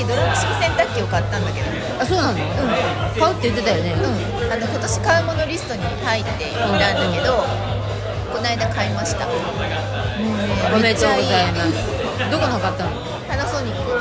ドラム式洗濯機を買ったんだけど。 あ、そうなの？買うって言ってたよね。 今年買うものリストに入っていたんだけど、この間買いました。もうね、 おめでとうございめっちゃいい。 ます。どこの買ったの？ パナソニック。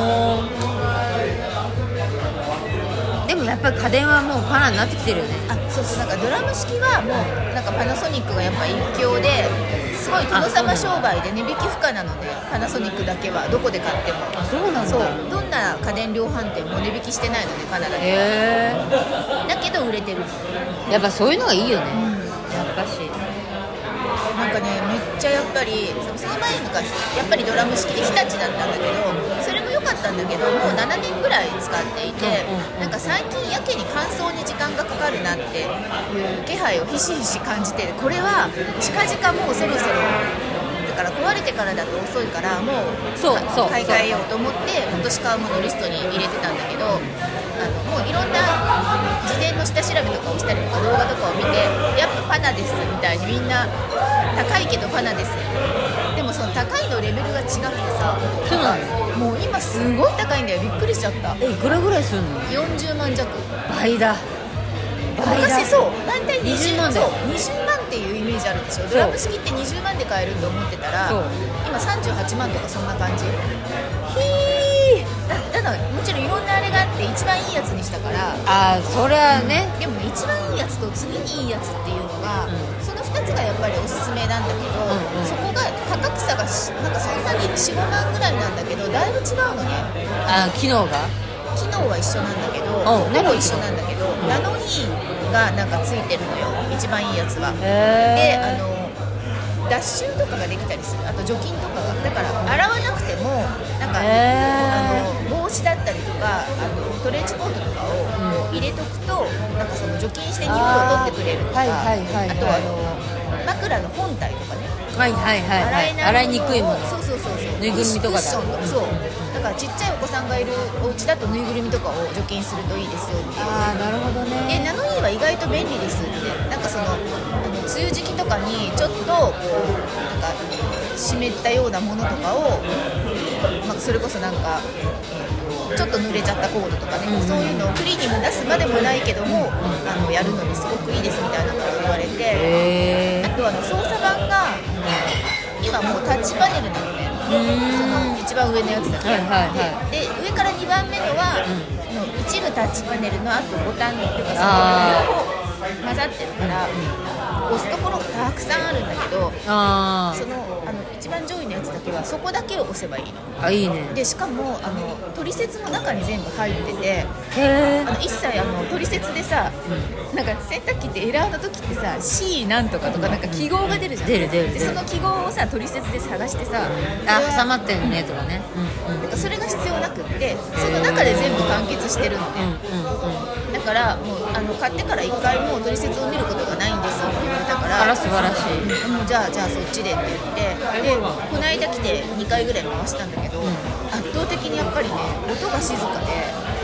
でもやっぱり家電はもうパナになってきてるよね。 あ、そうそう、なんかドラム式はもうなんかパナソニックがやっぱ一強ですごい殿様商売で値引き不可なので、パナソニックだけはどこで買っても。 あ、そうなんだ。 そう、どんな家電量販店も値引きしてないので、パナだけは。だけど売れてる。 やっぱそういうのがいいよね。やっぱしなんかね、めっちゃやっぱりその前のがやっぱりドラム式で日立だったんだけど、それも良かったんだけど、もう7年ぐらい使っていて、なんか最近やけに乾燥に時間がかかるなっていう気配をひしひし感じてる。これは近々もうそろそろだから、壊れてからだと遅いから、もう買い替えようと思って今年買うものリストに入れてたんだけど、もういろんな事前の下調べとかをしたりとか動画とかを見て、やっぱパナですみたいにみんな高いけどパナです。でもその高いのレベルが違くてさ、 そうなの？ もう今すごい高いんだよ。びっくりしちゃった。 いくらぐらいするの ？40万弱。 倍だ。 昔そう大体 20万だよ。 20万っていうイメージあるでしょ。ドラム式って20万で買えると思ってたら、今38万とかそんな感じ。ただもちろんいろんなあれがあって一番いいやつにしたから。 ああ、それはね、 でも一番いいやつと次にいいやつっていうのが、その2つがやっぱりおすすめなんだけど、そこが価格差がなんかそんなに 4,5 万ぐらいなんだけど、だいぶ違うのね。 機能が機能は一緒なんだけど、ほぼ一緒なんだけど、ナノイーがなんかついてるのよ、一番いいやつは。で、脱臭とかができたりする。あと除菌とかが、だから洗わなくてもなんか、帽子だったりとかトレンチコートとかを入れとくと、なんかその除菌して匂いを取ってくれるとか、あと枕の本体とかね、 洗いにくいもの、 そうぬいぐるみとかだ。 そうだからちっちゃいお子さんがいるお家だとぬいぐるみとかを除菌するといいですよっていう。 ああ、なるほどね。 でナノイーは意外と便利ですって。なんかその梅雨時期とかにちょっとこうなんか湿ったようなものとかを、それこそなんか、ちょっと濡れちゃったコードとかね、そういうのをクリーニング出すまでもないけども、やるのにすごくいいですみたいなのを言われて、あと操作盤が今もうタッチパネルなのね。その一番上のやつだけ、で上から2番目のは、一部タッチパネルのあとボタンっていうか、その両方混ざってるから、押すところがたくさんあるんだけど、その一番上位のやつだけはそこだけを押せばいいの。 あ、いいね。 でしかも取説も中に全部入ってて、一切取説でさ、なんか洗濯機ってエラーの時ってさ C なんとかとかなんか記号が出るじゃん。 出るでその記号をさ取説で探してさ、 挟まってるねとかね、 なんかそれが必要なくって、その中で全部完結してるのね。だからもう買ってから1回も取説を見ることがないんですって言われたから、 素晴らしい。 もうじゃあそっちでって言って、でこの間来て2回ぐらい回したんだけど、圧倒的にやっぱりね音が静かで、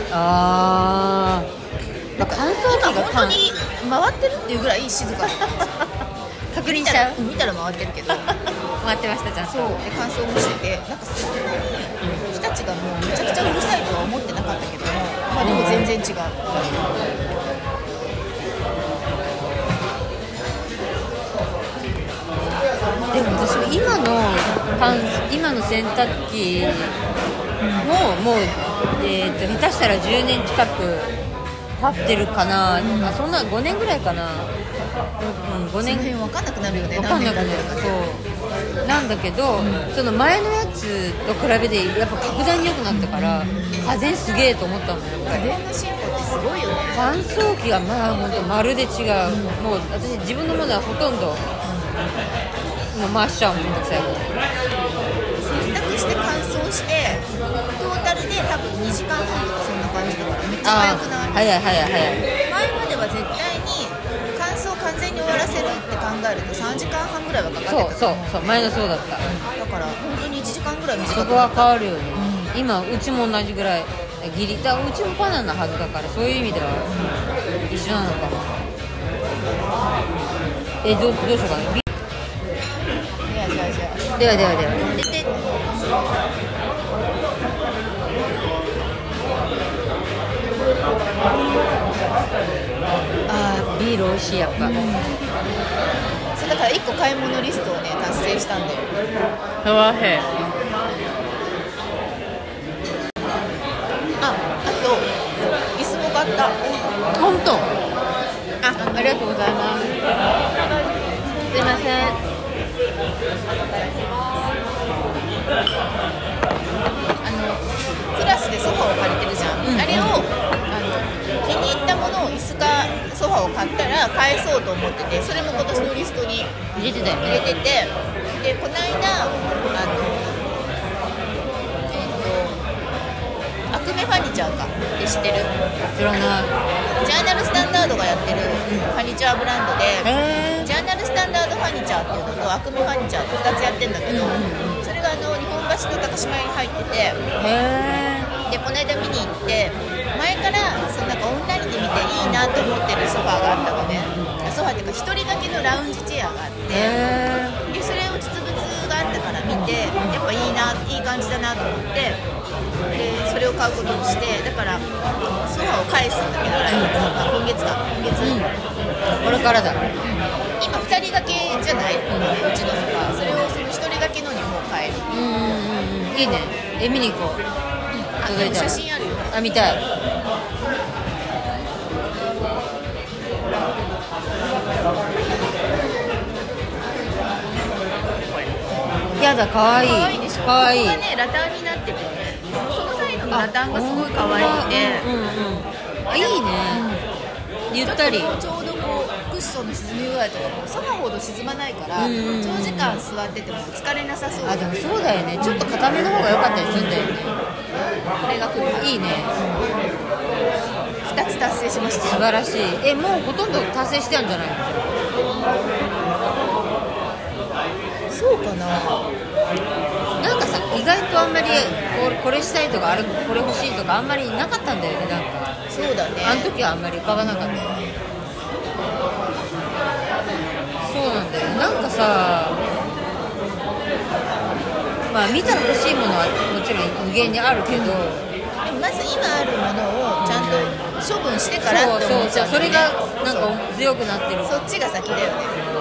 なんか今本当に回ってるっていうぐらい静かだったんですよ。 確認しちゃう？ 見たら回ってるけど回ってましたちゃんと。 そうで乾燥もしてて、なんかそんなに日立がもうめちゃくちゃうるさいとは思ってなかったけども、でも全然違う。 でも私も今の洗濯機もう、下手したら10年近く経ってるかな、そんな5年ぐらいかな、5年。 その辺分かんなくなるよね。 分かんなくなる。そうなんだけど、その前のやつと比べてやっぱ格段に良くなったから、家電すげえと思ったもん。 家電の進歩ってすごいよね。 乾燥機が本当まるで違う、もう私自分のものはほとんどもう回しちゃうもん。めんどくさいから洗濯して乾燥してトータルで多分2時間半とかそんな感じだから、めっちゃ早くない？ 早い。 前までは絶対に乾燥完全に終わらせるって考えると3時間半ぐらいはかかってた。 そう前のそうだった。 だから本当に1時間ぐらい短くなった。 そこは変わるよね、今うちも同じぐらいギリだ。うちもパナなはずだから、そういう意味では一緒なのかも。どうしようかな。では。 ビール美味しいやっぱ、 そうだから1個買い物リストをね達成したんだよ。 かわいい。 あと椅子も買った。 本当。ありがとうございます。すいません。 クラスでソファーを借りてるじゃん、あれを気に入ったものを椅子かソファーを買ったら返そうと思ってて、それも今年のリストに入れてたよ入れね。 てて、でこの間アクメファニチャーかって知ってる？ 知らない。 ジャーナルスタンダードがやってるファニチャーブランドで、 へジャーナルスタンダードファニチャーっていうのとアクメファニチャーって2つやってんだけど、それが日本橋の高島屋に入ってて、でこの間見に行って、前からなんかオンラインで見ていいなと思ってるソファーがあったのね。ソファーっていうか一人掛けのラウンジチェアがあって、でそれを実物があったから見て、やっぱいい感じだなと思って、でそれを買うことにして、だからソファーを返すんだけど、今月、 これからだ。 今2人掛けじゃない、うちのソファー、それをその1人掛けのにもう変える。 いいね。見に行こう。 写真あるよ。 見たい。やだ、かわいい。 かわいいでしょ。 かわいい。 ここがねラタンになっててね、そのサイドのラタンがすごいかわいくて、 いいね。ゆったり。 ちょうどこうクッションの沈み具合とかもソファーほど沈まないから、長時間座ってても疲れなさそう。 でもそうだよね。ちょっと硬めの方が良かったりするんだよね。 これが来る。いいね。2つ達成しました。 素晴らしい。もうほとんど達成してたんじゃないの？ そうかな。 なんかさ、意外とあんまりこれしたいとかこれ欲しいとかあんまりなかったんだよね。なんかそうだね。 あの時はあんまり浮かばなかった。そうなんだよ。なんかさ、見たら欲しいものはもちろん無限にあるけど、 でもまず今あるものをちゃんと処分してからって思っちゃうんだよね。 それがなんか強くなってる。 そっちが先だよね。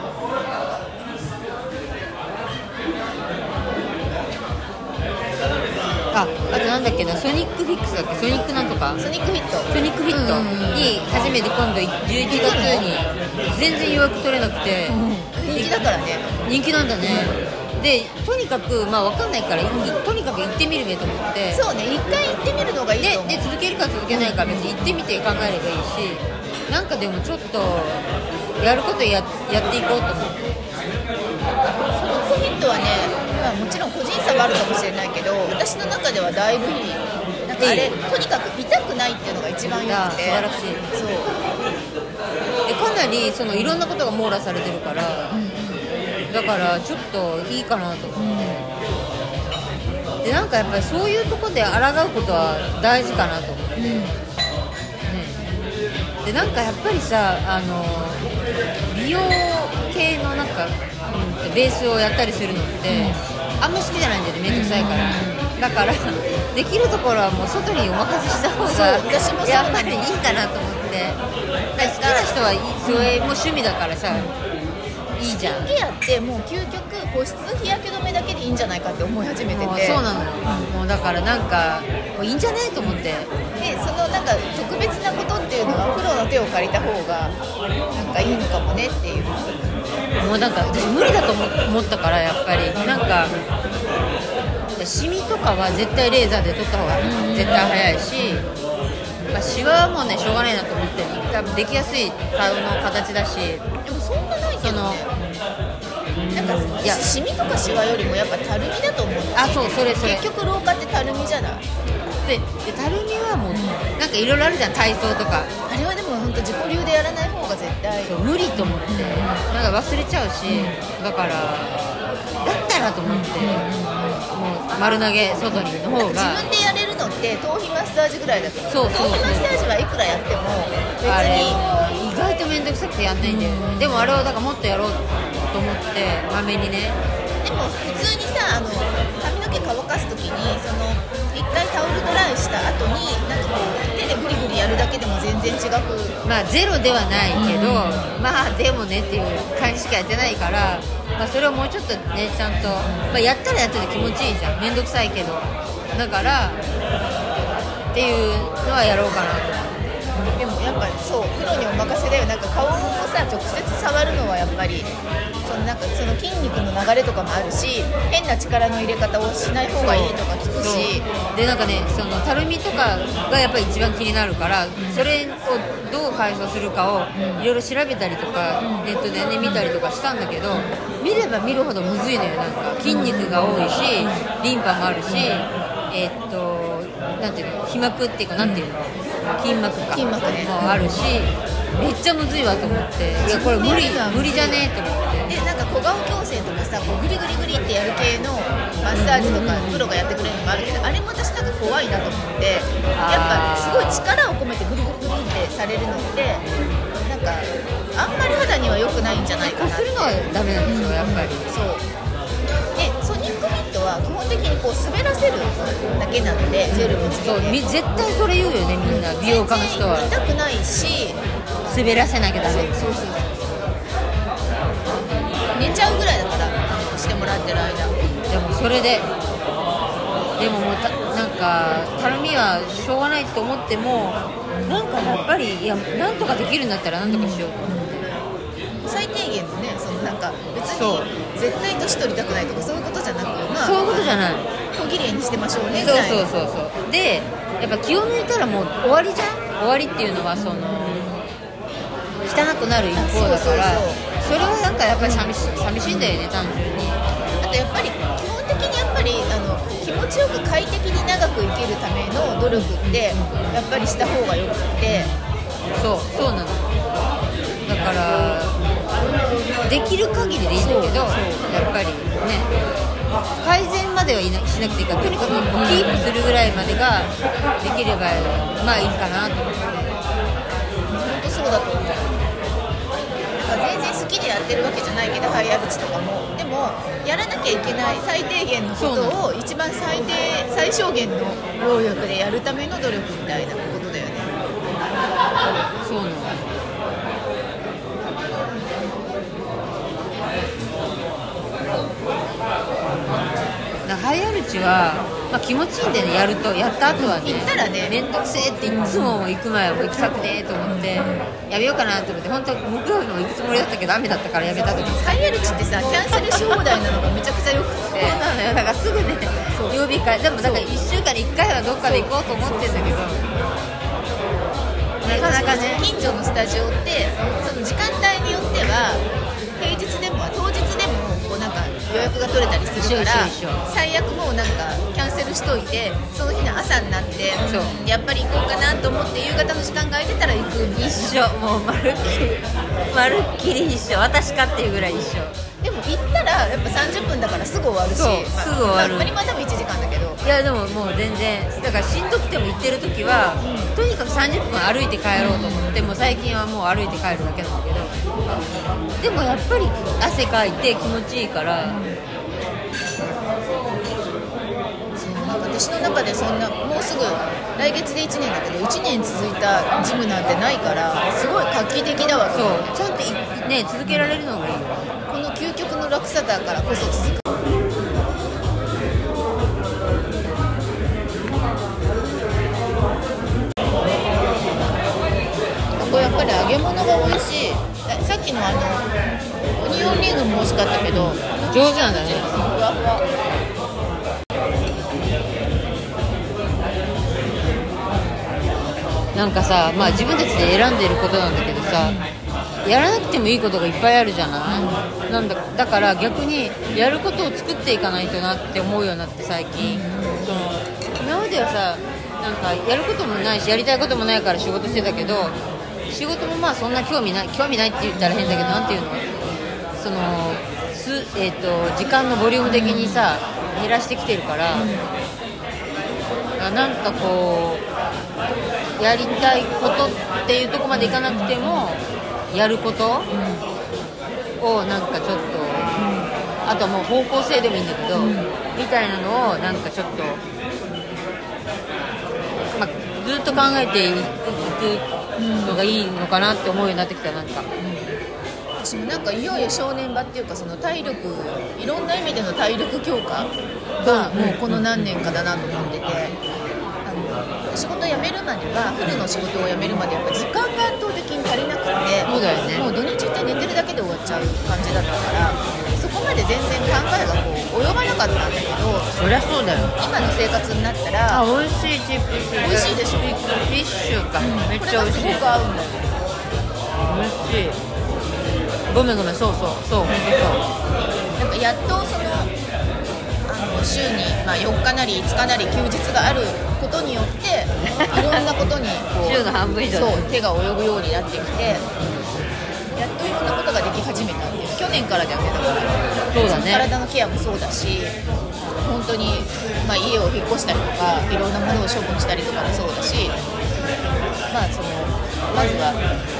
あとなんだっけな、ソニックフィックスだっけ、ソニックなんとか、 ソニックフィットに初めて今度11月に全然予約取れなくて、 人気だからね。 人気なんだね。でとにかく分かんないからとにかく行ってみるべと思って。 そうね、一回行ってみるのがいいと思う。 で続けるか続けないか別に行ってみて考えればいいし、なんかでもちょっとやることやっていこうと思って。 ソニックフィットはね、もちろん個人差はあるかもしれないけど、私の中ではだいぶいい。なんかあれ、とにかく痛くないっていうのが一番良くて。 素晴らしい。 そうでかなりいろんなことが網羅されてるから、だからちょっといいかなと思って、でなんかやっぱりそういうとこで抗うことは大事かなと思って、でなんかやっぱりさ、美容系のなんか、ベースをやったりするのって、あんま好きじゃないんだよね、めんどくさいから、だからできるところはもう外にお任せした方がやっぱりいいかなと思って、だから好きな人はそれも趣味だからさ、いいじゃん。 スキンケアってもう究極保湿日焼け止めだけでいいんじゃないかって思い始めてて。 そうなのよ。もうだからなんかもういいんじゃないと思って。でそのなんか特別なことっていうのはプロの手を借りた方がなんかいいのかもねっていう。 もうなんか私無理だと思ったから、やっぱりなんかシミとかは絶対レーザーで取った方が絶対早いし、シワはもうねしょうがないなと思って、多分できやすい顔の形だし。 でもそんなないけどね。なんかシミとかシワよりもやっぱたるみだと思う。 そう、それ結局老化ってたるみじゃない。 でたるみはもうなんかいろいろあるじゃん、体操とか。 あれはでも本当自己流でやらない方が絶対無理と思って、なんか忘れちゃうし、だからだったらと思って、もう丸投げ外にの方が。 自分でやれるのって頭皮マッサージぐらいだと思う。 そう頭皮マッサージはいくらやっても別あれに意外と面倒くさくてやんないんだよね。でもあれをだからもっとやろうと思ってまめにね。 でも普通にさ髪の毛乾かすときに一回タオルドライした後になんかこう手でグリグリやるだけでも全然違く、 まあゼロではないけど、まあでもねっていう感じしかやってないから、まあ、それをもうちょっとねちゃんと、まあ、やったらやったで気持ちいいじゃん、めんどくさいけど、だからっていうのはやろうかなと。 でもやっぱそうプロにお任せだよ。なんか顔をさ直接触るのはやっぱりなんかその筋肉の流れとかもあるし、変な力の入れ方をしない方がいいとか聞くし、 でなんかねたるみとかがやっぱり一番気になるから、それをどう解消するかをいろいろ調べたりとか、ネットでね見たりとかしたんだけど、見れば見るほどむずいのよ。なんか筋肉が多いし、リンパもあるし、なんていうの、皮膜っていうか、なんていうの、筋膜か筋膜ねもあるし、めっちゃむずいわと思って、いやこれ無理じゃねえと思って。 でなんか小顔矯正とかさ、こうグリグリグリってやる系のマッサージとかプロがやってくれるのもあるけど、あれも私なんか怖いなと思って、やっぱすごい力を込めてグリグリグリってされるのってなんかあんまり肌には良くないんじゃないかなって。 こするのはダメなんですよ、やっぱり。 そうでソニックフィットは基本的にこう滑らせるだけなので、ジェルもつけて、 そう絶対それ言うよね、みんな美容家の人は。 痛くないし、 滑らせなきゃダメ。 そう寝ちゃうぐらいだからしてもらってる間。 でもそれでもうなんかたるみはしょうがないと思っても、なんかやっぱりなんとかできるんだったらなんとかしようと思って、 最低限のね、なんか別に絶対年取りたくないとかそういうことじゃなく、まあ、 そういうことじゃない、 小綺麗にしてましょうねみたいな。 そうで、やっぱ気を抜いたらもう終わりじゃん。終わりっていうのは汚くなる一方だから、それはなんかやっぱり寂しいんだよね、単純に。 あとやっぱり基本的にやっぱり気持ちよく快適に長く生きるための努力ってやっぱりした方がよくて、 そうなの。だからできる限りでいいんだけど、やっぱりね改善まではしなくていいから、とにかくキープするぐらいまでができればまあいいかなと思って。 本当そうだと思う。なんか全然好きでやってるわけじゃないけど、ハイアルチとかも、でもやらなきゃいけない最低限のことを一番最小限の労力でやるための努力みたいなことだよね。 そうなの。ハイアルチは、まあ、気持ちいいんでね、やった後はね、 行ったらね、 めんどくせえっていつも行く前はもう行きたくねえと思ってやめようかなと思って、本当は木曜日も行くつもりだったけど雨だったからやめた時に、 ハイアルチってさ、キャンセルし放題なのがめちゃくちゃよくてそうなのよ。だからすぐね曜日から、でもだから1週間に1回はどっかで行こうと思ってるんだけど、なかなかね。 近所のスタジオってその時間帯によっては平日でも当日でもこうなんか予約が取れたりするから、最悪もうなんかキャンセルしといて、その日の朝になってやっぱり行こうかなと思って夕方の時間が空いてたら行くみたいな。 一緒、もうまるっきり一緒、私かっていうぐらい一緒。 でも行ったらやっぱ30分だからすぐ終わるし、 すぐ終わる。 まあ多分1時間だけど、 いやでももう全然だからしんどくても行ってる時は、とにかく30分歩いて帰ろうと思って、もう最近はもう歩いて帰るだけなんだけど、でもやっぱり汗かいて気持ちいいから、 なんか私の中でそんなもうすぐ来月で1年だけど1年続いたジムなんてないから、すごい画期的だわと思う。 ちゃんとね続けられるのがいいよ。 この究極の楽さだからこそ続く。これやっぱり揚げ物が美味しい。さっきのオニオンリングも美味しかったけど上手なんだね。 ふわふわ。 なんかさ、まあ自分たちで選んでることなんだけどさ、やらなくてもいいことがいっぱいあるじゃない。だから逆にやることを作っていかないとなって思うようになって、最近今まではさ、なんかやることもないしやりたいこともないから仕事してたけど、仕事もまあそんな興味ないって言ったら変だけど、なんていうの、時間のボリューム的にさ減らしてきてるから、なんかこうやりたいことっていうところまでいかなくてもやることをなんかちょっとあとはもう方向性でもいいんだけど、みたいなのをなんかちょっと、まあ、ずっと考えていくのがいいのかなって思うようになってきた。なんか私もなんかいよいよ正念場っていうか、その体力、いろんな意味での体力強化がもうこの何年かだなと思ってて、仕事辞めるまでは、フルの仕事を辞めるまでやっぱ時間が圧倒的に足りなくて、 そうだよね、 もう土日って寝てるだけで終わっちゃう感じだったから、そこまで全然考えがこう及ばなかったんだけど、 そりゃそうだよ。 今の生活になったら、 美味しいチップス、 美味しいでしょ、 フィッシュか、めっこちゃ美味しい。 れがすごく合うんだよ。 美味しい。ごめん、そう本当そう。 なんかやっとその週に、4日なり5日なり休日があることによっていろんなことにこう週の半分以上そう手が及ぶようになってきて、やっといろんなことができ始めたっていう。去年からだよね。だからそうだね、 体のケアもそうだし、本当に、家を引っ越したりとかいろんなものを処分したりとかもそうだし、まずは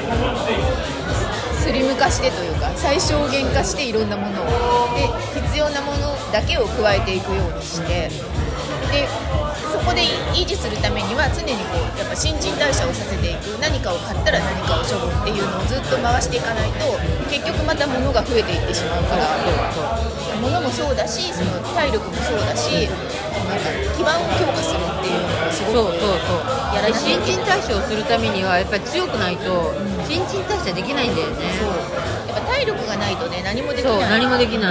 スリム化してというか、最小限化していろんなものをで必要なものだけを加えていくようにして、でそこで維持するためには常にこうやっぱ新陳代謝をさせていく、何かを買ったら何かを処分っていうのをずっと回していかないと、結局また物が増えていってしまうから、物もそうだし、その体力もそうだし、なんか基盤を強化するっていうのがすごくやらなきゃいけない。 新陳代謝をするためにはやっぱり強くないと新陳代謝できないんだよね。 そうやっぱ体力がないとね、何もできない。 そう、何もできない。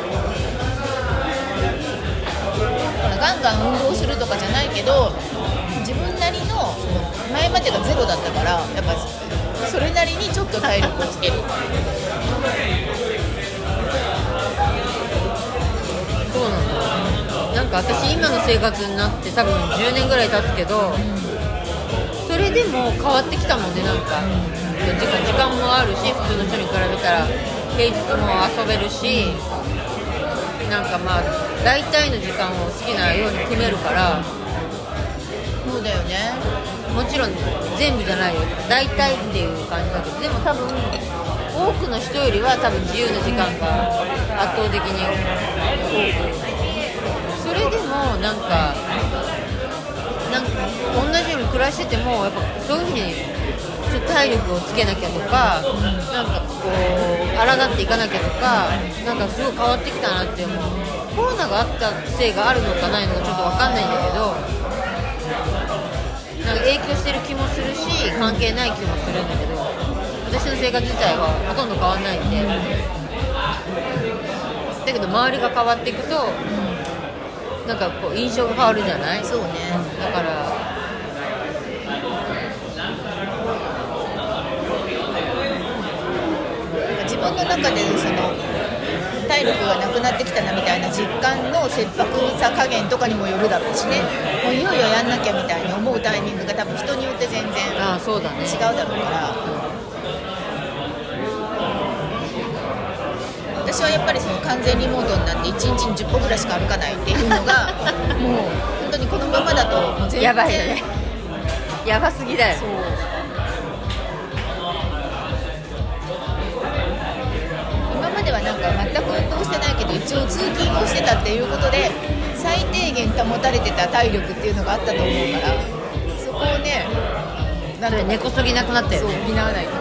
ガンガン運動するとかじゃないけど、自分なりの、その前までがゼロだったから、やっぱそれなりにちょっと体力をつけるそうなんだ。なんか私今の生活になって多分10年ぐらい経つけど、それでも変わってきたもんね。なんか時間もあるし、普通の人に比べたら平日も遊べるし、なんか大体の時間を好きなように組めるから。 そうだよね。 もちろん全部じゃないよ、大体っていう感じだけど、でも多分多くの人よりは多分自由な時間が圧倒的に多く、それでもなんか同じように暮らしててもやっぱそういう風にちょっと体力をつけなきゃとか、なんかこう抗っていかなきゃとか、なんかすごい変わってきたなって思う。コロナがあったせいがあるのかないのかちょっと分かんないんだけど、なんか影響してる気もするし関係ない気もするんだけど、私の生活自体はほとんど変わんないんで、だけど周りが変わっていくと、なんかこう印象が変わるじゃない。 そうね。 だから自分の中でその体力がなくなってきたなみたいな実感の切迫さ加減とかにもよるだろうしね。もういよいよやんなきゃみたいに思うタイミングが多分人によって全然そうだね、 違うだろうから、私はやっぱりその完全リモートになって1日に10歩ぐらいしか歩かないっていうのがもう本当にこのままだともう全然やばいよね。やばすぎだよ。 そう今まではなんか全く運動してないけど一応通勤をしてたっていうことで最低限保たれてた体力っていうのがあったと思うから、そこをねそれ根こそぎなくなったよね。 そう補わないと。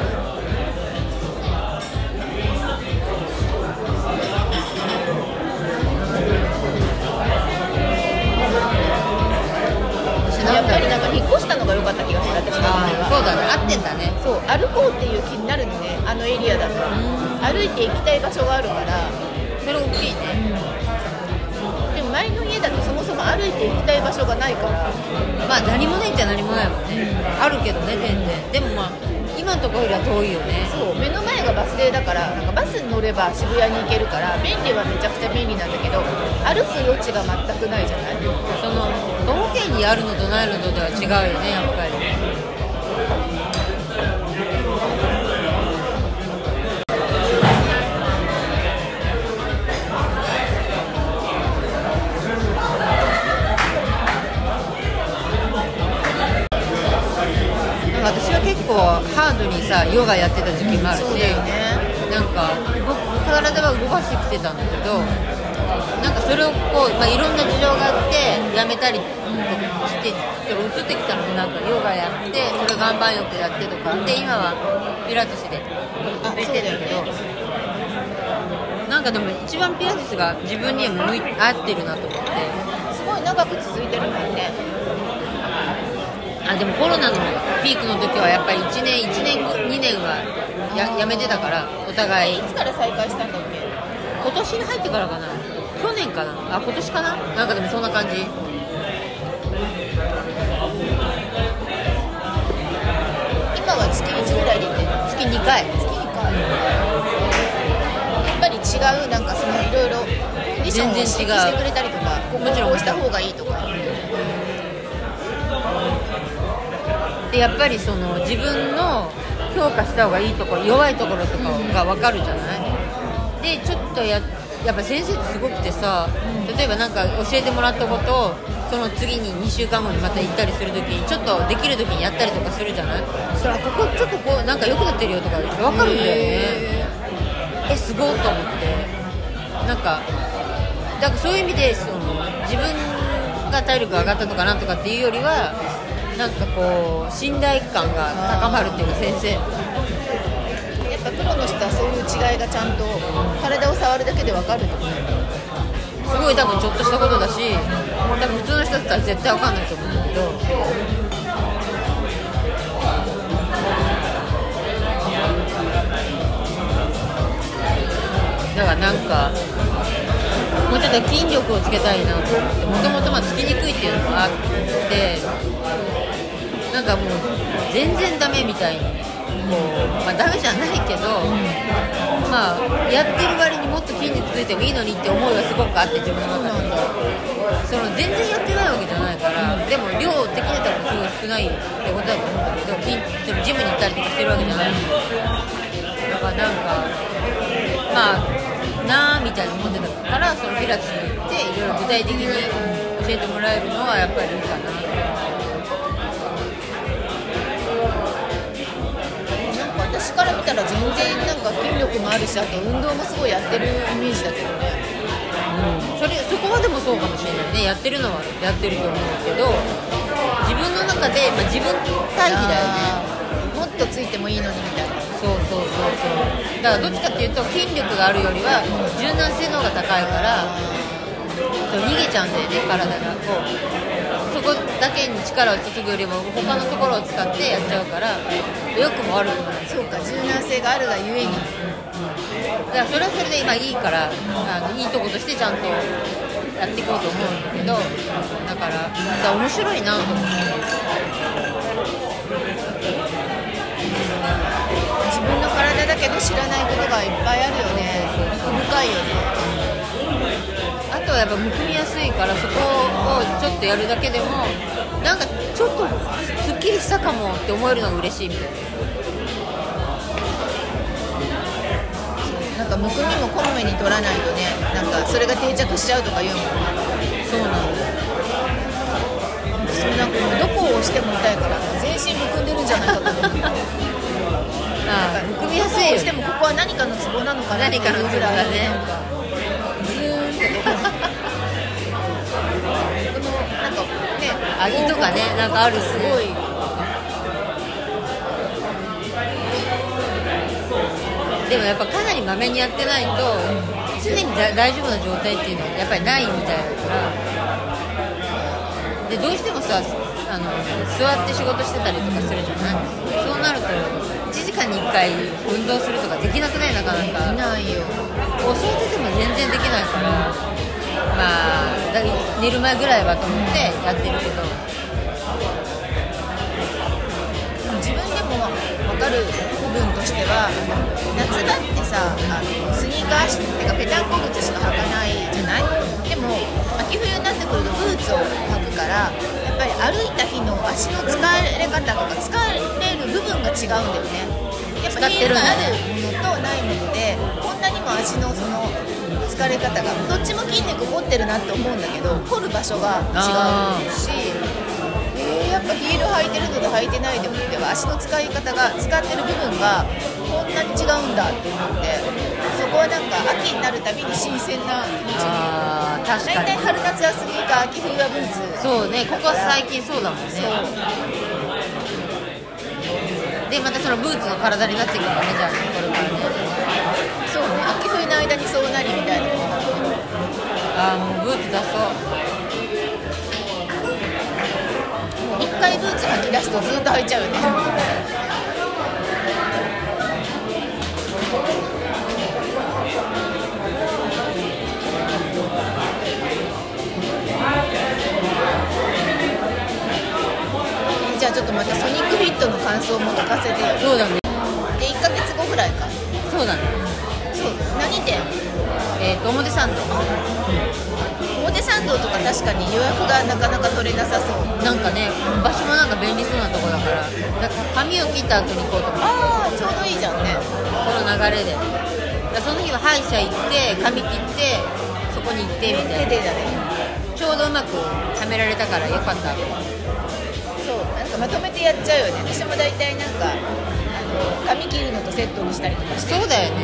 やっぱりなんか引っ越したのが良かった気がする。私の場合はそうだね、合ってんだね。 そう歩こうっていう気になるのね、あのエリアだと歩いて行きたい場所があるから。 それ大きいね、 でも前の家だとそもそも歩いて行きたい場所がないから、 何もないっちゃ何もないもんね、あるけどね全然。でも今のところよりは遠いよね。 そう目の前がバス停だから、なんかバスに乗れば渋谷に行けるから便利はめちゃくちゃ便利なんだけど、歩く余地が全くないじゃない。 その徒歩圏にあるのとないのとでは違うよね、やっぱり。私は結構ハードにさヨガやってた時期もあるし、 そうだよね。 なんか昔体は動かしてきてたんだけど、なんかそれをこう、いろんな事情があってやめたりしてそれ移ってきたのもなんかヨガやってそれ岩盤浴やってとかで今はピラティスで出てるけど、なんかでも一番ピラティスが自分には合ってるなと思って。 すごい長く続いてるもんね。 でもコロナのピークの時はやっぱり1年2年はやめてたからお互い。 いつから再開したんだっけ？ 今年に入ってからかな、去年かな、今年かな、なんかでもそんな感じ。 今は月1ぐらいで行ってる。 月2回。 月2回。やっぱり違う、なんかそのいろいろコンディションを指摘してくれたりとか、 もちろんこうした方がいいとか。 でやっぱりその自分の評価した方がいいところ弱いところとかが分かるじゃない。でちょっとやっぱ先生ってすごくてさ、例えばなんか教えてもらったことをその次に2週間後にまた行ったりするときにちょっとできるときにやったりとかするじゃない。そしたらここちょっとこうなんか良くなってるよとか分かるんだよね。すごいと思って、なんかだからそういう意味でその自分が体力が上がったとかなんとかっていうよりはなんかこう信頼感が高まるっていうか、先生やっぱプロの人はそういう違いがちゃんと体を触るだけで分かると思う。 すごい多分ちょっとしたことだし、多分普通の人だったら絶対分かんないと思うんだけど、だからなんかもうちょっと筋力をつけたいなと思って、もともとつきにくいっていうのもあって、なんかもう全然ダメみたいにこう、ダメじゃないけど、やってる割にもっと筋肉ついてもいいのにって思いがすごくあって、自分の中でその全然やってないわけじゃないから、でも量的に多分すごい少ないってことだと思うんだけど、そのジムに行ったりとかしてるわけじゃないの。だからなんかなーみたいに思ってたから、そのピラティスに行っていろいろ具体的に教えてもらえるのはやっぱりいいかな。 私から見たら全然なんか筋力もあるし、あと運動もすごいやってるイメージだけどね。 そこはでもそうかもしれないね。やってるのはやってると思うけど、自分の中で、自分対比だよね。 もっとついてもいいのにみたいな。 そうだからどっちかっていうと筋力があるよりは柔軟性の方が高いから、逃げちゃうんだよね、体がこう。そこだけに力を注ぐよりも他のところを使ってやっちゃうから、良くも悪くもない。 そうか、柔軟性があるがゆえに、 だからそれはそれで今いいから、いいとことしてちゃんとやっていこうと思うんだけど、だから面白いなと思って。 自分の体だけど知らないことがいっぱいあるよね。深いよね。 あとはやっぱむくみやすいから、そこをちょっとやるだけでもなんかちょっとすっきりしたかもって思えるのが嬉しいみたいな。なんかむくみもこまめに取らないとね、なんかそれが定着しちゃうとか言うもんね。 そうなんだ。 なんかもうどこを押しても痛いから全身むくんでるんじゃないかと思う。 むくみやすいよね。 してもここは何かのツボなのかなっていうぐらい、なんかズーンってこのなんかね、 糸がね、なんかあるすごい。 でもやっぱかなりまめにやってないと常に大丈夫な状態っていうのはやっぱりないみたいだから。でどうしてもさ、座って仕事してたりとかするじゃない。そうなると1時間に1回運動するとかできなくない？なかなか。 できないよ。 教えてても全然できないから、寝る前ぐらいはと思ってやってるけど、 自分でも分かる部分としては、夏場ってさ、スニーカーっていうかペタンコ靴しか履かないじゃない。でも秋冬になってくるとブーツを履くから、やっぱり歩いた日の足の疲れ方とか疲れる部分が違うんだよね。やっぱヒールがあるものとないもので、こんなにも足のその疲れ方がどっちも筋肉持ってるなって思うんだけど、凝る場所が違うし、やっぱヒール履いてるのと履いてないのでは足の使い方が、使ってる部分がこんなに違うんだって思って、そこはなんか秋になるたびに新鮮な気持ちに。 あー確かに大体春夏はスニーカー、秋冬はブーツ。 そうね、ここは最近そうだもんね。でまたそのブーツの体になってくるからね、じゃあね、これからね。 そうね、秋冬の間にそうなりみたいな。 ああもうブーツ出そう。 一回ブーツ履き出すとずっと履いちゃうよね。じゃあちょっとまたソニックフィットの感想も聞かせてよ。 そうだね。 で1ヶ月後ぐらいか。 そうだね。 そう、何店？ 表参道。 表参道とか確かに予約がなかなか取れなさそう。 なんかね、場所もなんか便利そうなとこだから、なんか髪を切った後に行こうと思って。 ああ、ちょうどいいじゃんね。 この流れで。だからその日は歯医者行って髪切ってそこに行ってみたいな。 手でだね。 ちょうどうまくはめられたからよかった。 そう、なんかまとめてやっちゃうよね。私も大体なんか髪切るのとセットにしたりとかして。 そうだよね。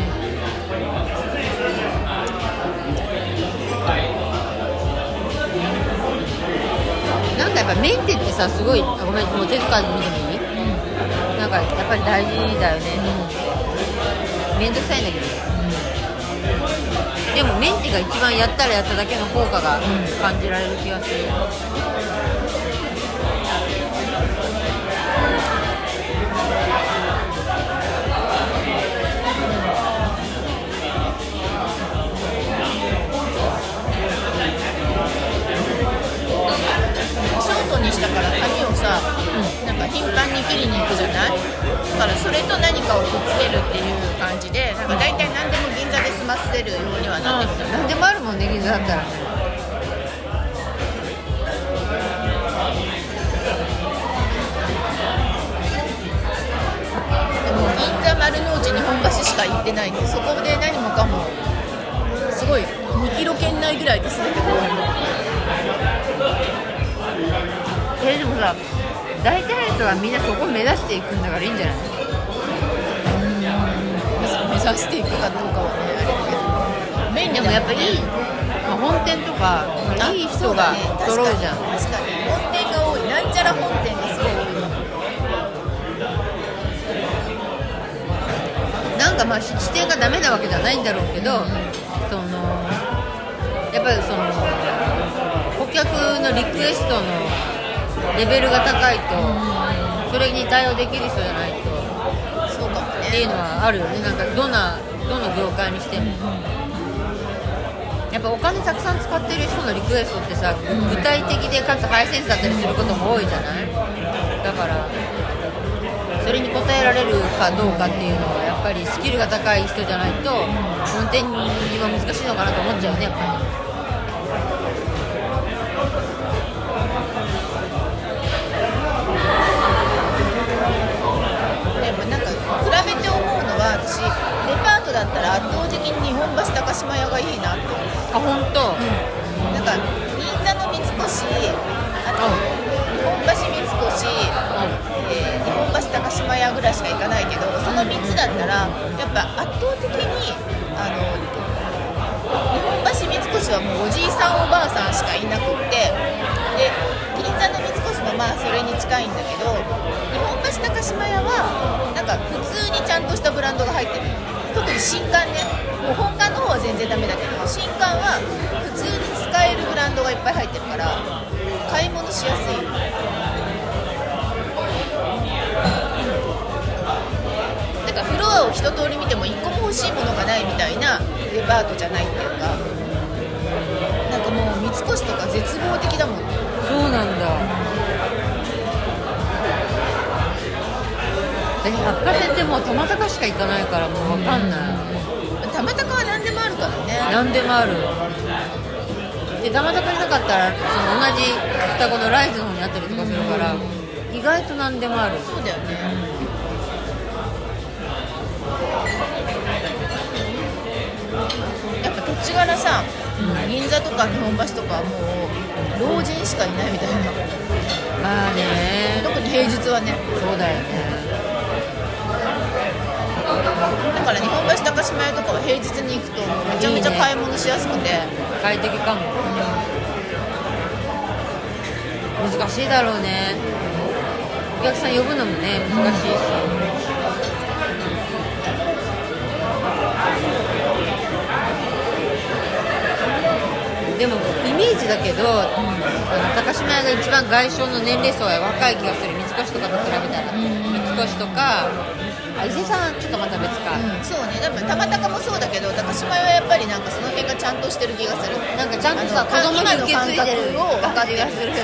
なんかやっぱメンテってさ、すごい、ごめん、もう手塚で見てもいい？なんかやっぱり大事だよね。めんどくさいんだけど、でもメンテが一番やったらやっただけの効果が感じられる気がする。 ショートにしたから髪をさ、なんか頻繁に切りに行くじゃない？だからそれと何かをくっつけるっていう感じで、なんか大体何でも銀座で済ませるようにはなってきた。 なんでもあるもんね、銀座だったらね。 でも銀座、丸の内、日本橋しか行ってないんで、そこで何もかもすごい2キロ圏内ぐらいで全てこうでもさ、大体の人はみんなそこ目指していくんだからいいんじゃない？ 目指していくかどうかはね、あれだけど、 でもやっぱいい、本店とかいい人が揃うじゃん。 確かに本店が多い。なんちゃら本店がすごい多い。 なんかまあ視点がダメなわけじゃないんだろうけど、そのやっぱりその顧客のリクエストのレベルが高いと、それに対応できる人じゃないと、 そうかもね。 っていうのはあるよね。なんかどの業界にしても、やっぱお金たくさん使ってる人のリクエストってさ、具体的でかつハイセンスだったりすることも多いじゃない。だからそれに応えられるかどうかっていうのはやっぱりスキルが高い人じゃないと運転には難しいのかなと思っちゃうね、やっぱり。 でもなんか比べて思うのは、私デパートだったら圧倒的に日本橋高島屋がいいなって思う。 あ、本当。 なんか銀座の三越、あと日本橋三越、日本橋高島屋ぐらいしか行かないけど、その3つだったらやっぱ圧倒的に日本橋三越はもうおじいさんおばあさんしかいなくって、で銀座の三越もまあそれに近いんだけど、日本橋高島屋はなんか普通にちゃんとしたブランドが入ってる。特に新刊ね、もう本館の方は全然ダメだけど、新刊は普通に使えるブランドがいっぱい入ってるから買い物しやすい。だからフロアを一通り見ても1個も欲しいものがないみたいなデパートじゃないっていうか、なんかもう三越とか絶望的だもんね。 そうなんだ。百貨店ってもうたまたかしか行かないからもう分かんない。 たまたかは何でもあるからね。 何でもある。でたまたかになかったらその同じ双子のライズの方にあったりとかするから、意外と何でもある。 そうだよね。やっぱ土地柄さ、銀座とか日本橋とかはもう老人しかいないみたいな。 まあね、 特に平日はね。 そうだよね。 だから日本橋高島屋とかは平日に行くとめちゃめちゃ買い物しやすくて、 快適かも。難しいだろうね。お客さん呼ぶのもね難しいし、でもイメージだけど、高島屋が一番外商の年齢層が若い気がする。三越とかと比べたら、三越とか伊勢さんちょっとまた別か、 そうね。でもたまたかもそうだけど高島屋はやっぱりなんかその辺がちゃんとしてる気がする。 なんかちゃんとさ子供に受け継いでるを分かって気がする。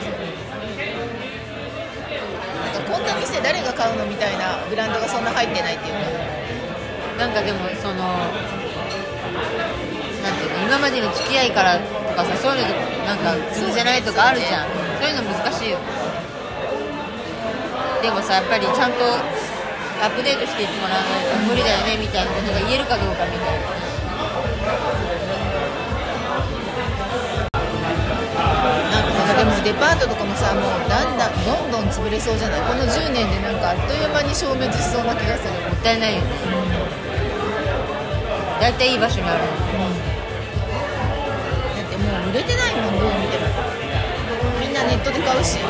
こんな店誰が買うのみたいなブランドがそんな入ってないっていうか、 なんかでもそのなんていうの、今までの付き合いからとかさ、そういうのなんか通じゃないとかあるじゃん。そういうの難しいよ。でもさやっぱりちゃんとアップデートしていってもらわないと無理だよねみたいなことが言えるかどうかみたいな。 でもデパートとかもさ、もうだんだんどんどん潰れそうじゃない。この10年でなんかあっという間に消滅しそうな気がする。 もったいないよね。だいたいいい場所にあるの、 だってもう売れてないもん、どう見ても。みんなネットで買うし。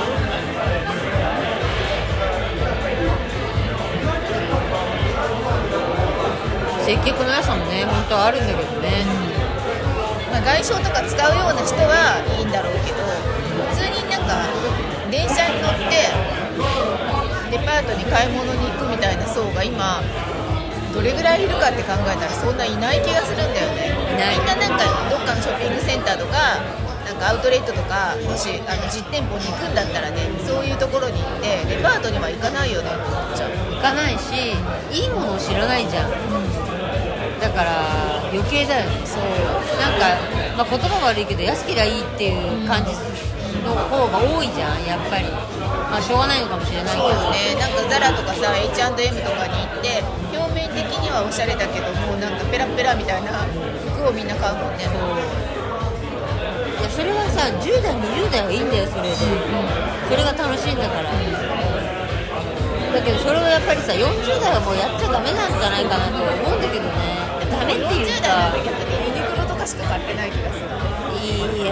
接客の良さもね本当はあるんだけどね、 まあ、外商とか使うような人はいいんだろうけど、普通になんか電車に乗ってデパートに買い物に行くみたいな層が今どれぐらいいるかって考えたらそんないない気がするんだよね。みんななんかどっかのショッピングセンターとかなんかアウトレットとか、もし実店舗に行くんだったらね、そういうところに行ってデパートには行かないよねって思っちゃう。 行かないし、いいものを知らないじゃん、だから余計だよね。 そうなんか、まあ、言葉悪いけど安けりゃいいっていう感じの方が多いじゃんやっぱり。まあしょうがないのかもしれないけど、 そうね。なんかザラとかさ H&M とかに行って表面的にはおしゃれだけどもうなんかペラペラみたいな服をみんな買うもんね。 いやそれはさ10代20代はいいんだよ。それで、それが楽しいんだから、だけどそれをやっぱりさ40代はもうやっちゃダメなんじゃないかなと思うんだけどね。ダメっていう 40代かの時はユニクロとかしか買ってない気がする。 いや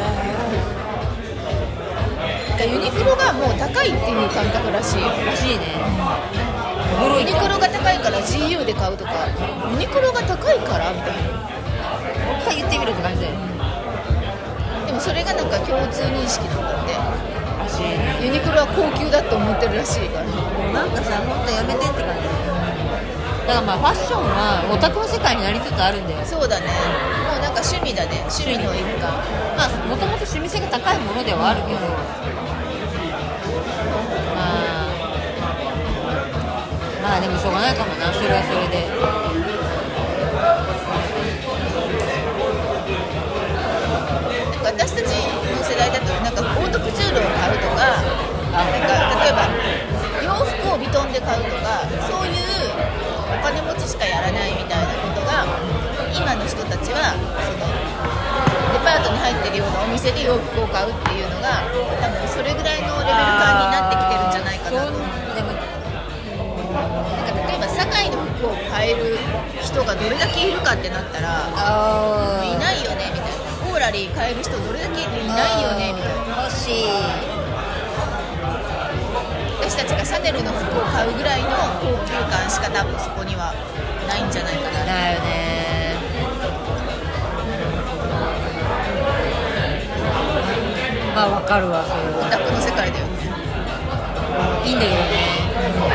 ユニクロがもう高いっていう感覚らしいよ。 らしいね。 ユニクロが高いから GU で買うとか、ユニクロが高いからみたいな。 もう一回言ってみるって感じだよ。 でもそれがなんか共通認識なんだって。 らしいね。 ユニクロは高級だと思ってるらしいから。 なんかさ本当やめてって感じ。だからまあファッションはオタクの世界になりつつあるんだよ。 そうだね。もうなんか趣味だね。趣味の一環。 まあもともと趣味性が高いものではあるけど、まあでもしょうがないかもな、それはそれで。 なんか私たちの世代だとなんかオートクチュールを買うとか、なんか例えば洋服をヴィトンで買うとか、そういうお金持ちしかやらないみたいなことが今の人たちはそのデパートに入ってるようなお店で洋服を買うっていうのが多分それぐらいのレベル感になってきてるんじゃないかなと。 でもなんか例えば堺の服を買える人がどれだけいるかってなったらいないよねみたいな。オーラリー買える人どれだけいないよねみたいな。 欲しい。 私たちがシャネルの服を買うぐらいの高級感しか多分そこにはないんじゃないかな。 だよね。まあわかるわ、それオタクの世界だよね。 いいんだけどね。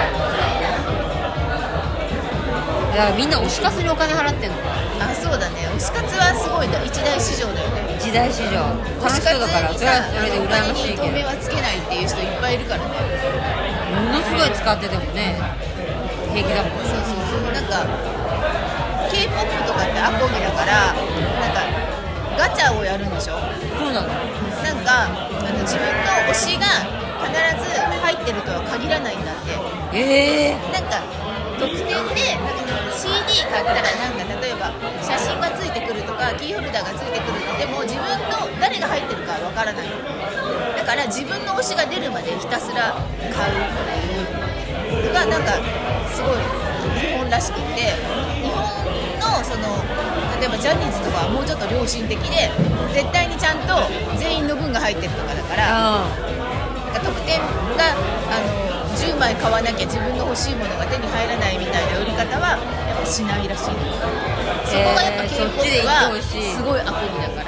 いやみんな推し活にお金払ってんのか。 あ、そうだね。推し活はすごい一大市場だよね。 時代市場楽しそうだから、それはそれで羨ましいけど、 透明はつけないっていう人いっぱいいるからね。 ものすごい使っててもね平気だもん。 そうそうそう。なんか K-POP とかってアコギだからなんかガチャをやるんでしょ。 そうなの。 なんか自分の推しが必ず入ってるとは限らないんだって。なんか特典でなんか CD 買ったらなんか例えば写真がついてくるとかキーホルダーがついてくるのでも自分の誰が入ってるかわからない。だから自分の推しが出るまでひたすら買うっていうのがなんかすごい基本らしくて、日本のその例えばジャニーズとかはもうちょっと良心的で絶対にちゃんと全員の分が入ってるとかだから、特典が10枚買わなきゃ自分の欲しいものが手に入らないみたいな売り方はやっぱしないらしい。そこがやっぱ K-POP はすごいアプリだから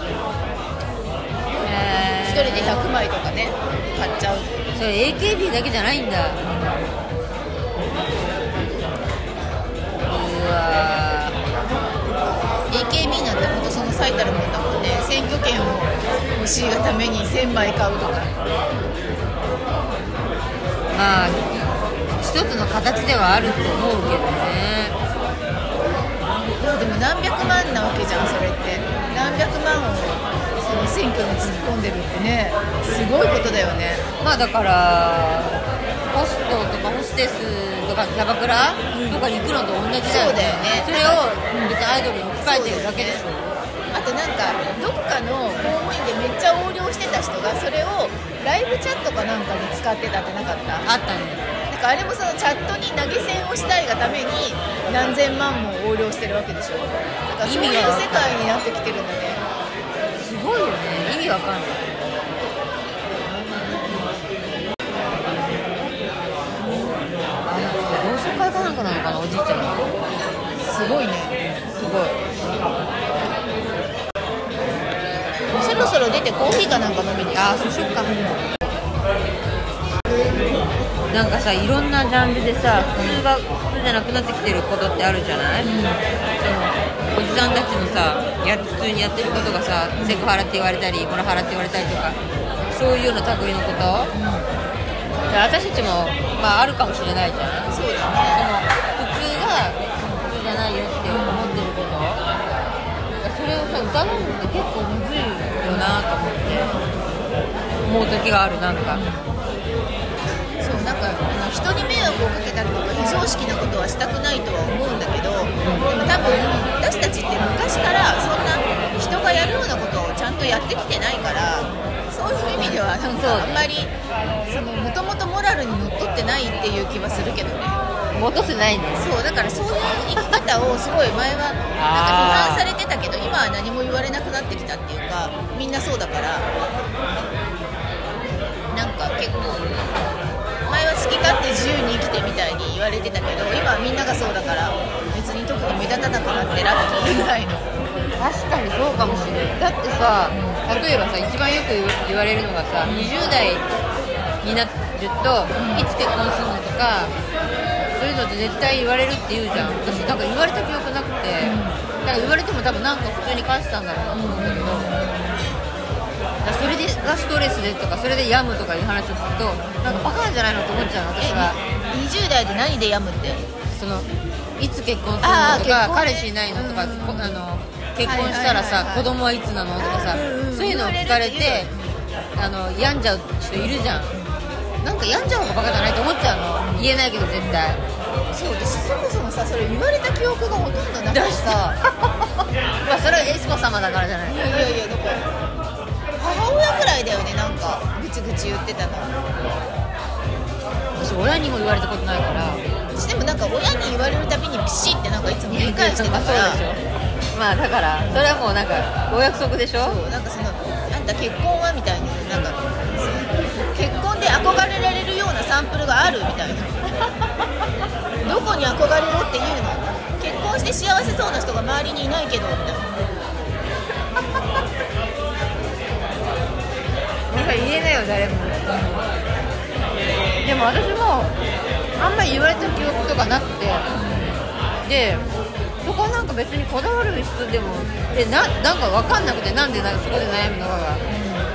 、1人で100枚とかね買っちゃう。 それ AKB だけじゃないんだ。うわ AKB なんてほんとその最たるもんだもんね。選挙権を欲しいがために1000枚買うとか。 まあ一つの形ではあると思うけどね。 でも何百万なわけじゃんそれって。何百万をその選挙に突っ込んでるってね、すごいことだよね。 まあだからホストとかホステスとかキャバクラとかに行くのと同じだよね。 そうだよね。 それを別にアイドルに置き換えてるだけでしょ。 あとなんかどっかの公務員でめっちゃ横領してた人がそれをライブチャットかなんかに使ってたってなかった？ あったね。 なんかあれもそのチャットに投げ銭をしたいがために何千万も横領してるわけでしょ。なんかそういう世界になってきてるんだね。 すごいよね。意味わかんない。同窓会かなんかなのかな、おじいちゃん。 すごいね。 すごい。 そろそろ出てコーヒーかなんか飲みに。 ああ、そうしよっか。なんかさ、いろんなジャンルでさ、普通じゃなくなってきてることってあるじゃない？そのおじさんたちのさ、普通にやってることがさ、セクハラって言われたり、モラハラって言われたりとか、そういうような類のこと、で私たちも、まあ、あるかもしれないじゃん。 そうだね。 普通が普通じゃないよって思ってること、それをさ、歌うのって結構むずいよなと思って思う時がある。なんかそうなんか人に迷惑をかけたりとか非常識なことはしたくないとは思うんだけど、でも多分私たちって昔からそんな人がやるようなことをちゃんとやってきてないから、そういう意味ではなんかあんまりもともとモラルにのっとってないっていう気はするけどね。 戻せないんだよ。 そうだからそういう生き方をすごい前はなんか批判されてたけど、今は何も言われなくなってきたっていうか、みんなそうだから、なんか結構前は好き勝手自由に生きてみたいに言われてたけど、今はみんながそうだから別に特に目立たなくなってラッキーぐらいの。 確かにそうかもしれない。だってさ、例えばさ、一番よく言われるのがさ、20代になるといつ結婚するのとか、そういうのって絶対言われるって言うじゃん。私なんか言われた記憶なくて、だから言われても多分なんか普通に返したんだろうなと思うんだけど、それがストレスでとか、それで病むとかいう話をすると、なんかバカなんじゃないのと思っちゃうの私は。 20代で何で病むって？ いつ結婚するのとか、彼氏いないのとか、結婚したらさ、子供はいつなのとかさ、そういうのを聞かれて病んじゃう人いるじゃん。なんか病んじゃう方がバカじゃないと思っちゃうの。言えないけど絶対。 そう私そもそもさ、それ言われた記憶がほとんどなくてさまあそれはエスコ様だからじゃない。 いやだから母親くらいだよね、なんかぐちぐち言ってたの。 私親にも言われたことないから。 私でもなんか親に言われるたびにピシッてなんかいつも言い返してたから。 そうでしょ。まあだからそれはもうなんかお約束でしょ。 そうなんかあんた結婚はみたいに、なんか結婚で憧れられるようなサンプルがあるみたいなどこに憧れろっていうの？結婚して幸せそうな人が周りにいないけどみたいななんか言えないよ誰も。でも私もあんまり言われた記憶とかなくて、でそこはなんか別にこだわる人でもなんか分かんなくて、なんでそこで悩むのかが、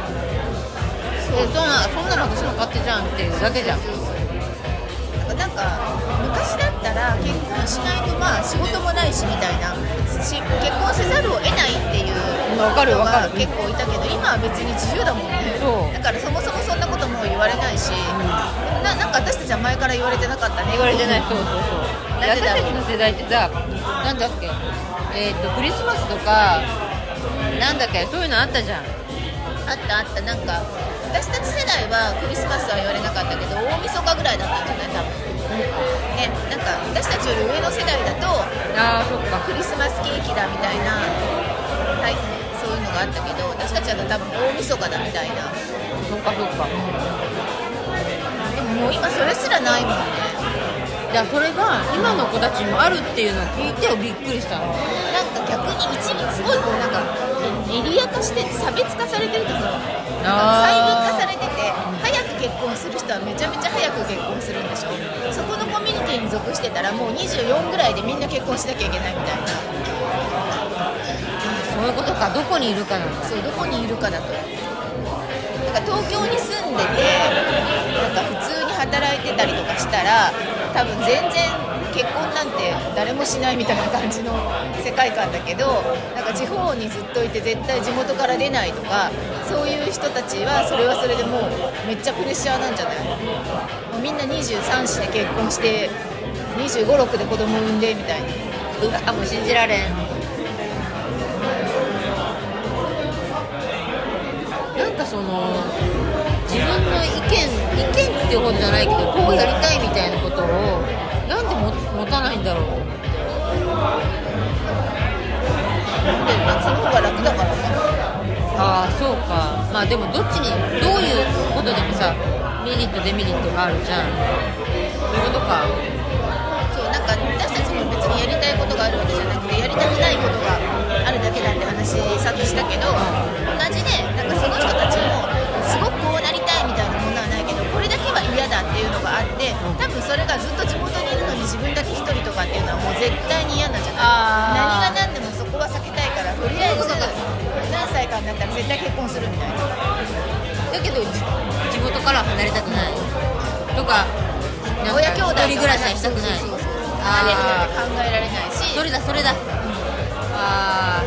そんなの私の勝手じゃんっていうだけじゃん。 なんか昔だったら結婚しないとまあ仕事もないしみたいな、結婚せざるを得ないっていう人が結構いたけど、今は別に自由だもんね。だからそもそもそんなことも言われないし、なんか私たちは前から言われてなかったね。 言われてない。そう私たちの世代ってさ、なんだっけ、クリスマスとかなんだっけ、そういうのあったじゃん。 あったなんか私たち世代はクリスマスは言われなかったけど、大晦日ぐらいだったんじゃない多分。 ね、なんか私たちより上の世代だとああそっか。 クリスマスケーキだみたいな、はい、そういうのがあったけど、私たちは多分大晦日だみたいな。 そっかそっか。 でももう今それすらないもんね。 いやそれが今の子たちにもあるっていうのを聞いてびっくりしたの。 なんか逆に一部すごいこうなんかエリア化して差別化されてるとか、細分化されてて、早く結婚する人はめちゃめちゃ早く結婚するんでしょ。そこのコミュニティに属してたらもう24ぐらいでみんな結婚しなきゃいけないみたいな。 そういうことか。どこにいるかなんだ。 そう、どこにいるかだと。なんか東京に住んでてなんか普通に働いてたりとかしたら多分全然結婚なんて誰もしないみたいな感じの世界観だけど、なんか地方にずっといて絶対地元から出ないとか、そういう人たちはそれはそれでもうめっちゃプレッシャーなんじゃない。もうみんな23歳で結婚して25、6で子供産んでみたいな。 うわもう信じられん。なんかその自分の意見っていうほどじゃないけど、こうやりたいみたいなことをなんで持たないんだろう。 その方が楽だからか。 ああそうか。まあでもどっちにどういうことでもさメリットデメリットがあるじゃん。そういうことか。 そう、なんか私たちも別にやりたいことがあるわけじゃなくて、やりたくないことがあるだけだって話さっきしたけど、同じでなんかその人たちもすごくこうなりたいみたいなものはないけど、これだけは嫌だっていうのがあって、多分それがずっと地元にいるのに自分だけ一人とかっていうのはもう絶対に嫌なんじゃない。何が何でもそこは避けたいから、とりあえず何歳かになったら絶対結婚するみたいな。 だけど地元から離れたくないとか、なんか親兄弟と一人暮らしはしたくない。 そうそうそう、離れるなんて考えられないし、 それだそれだ。あ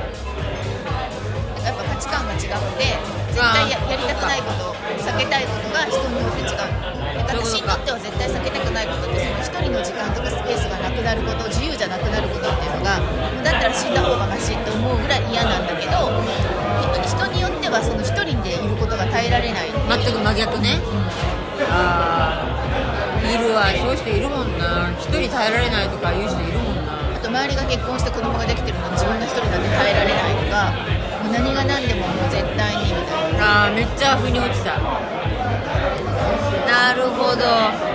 やっぱ価値観が違って絶対 やりたくないこと避けたいことが人によって違う。私にとっては絶対避けたくないことって、その一人の時間とかスペースがなくなること、自由じゃなくなることっていうのが、だったら死んだ方がマシって思うぐらい嫌なんだけど、人によってはその一人でいることが耐えられない。 全く真逆ね。ああいるわ。そういう人いるもんな。一人耐えられないとかいう人いるもんな。 あと周りが結婚して子供ができてるのに自分が一人なんて耐えられないとか、もう何が何でももう絶対にみたいな。 ああめっちゃ腑に落ちた。なるほど。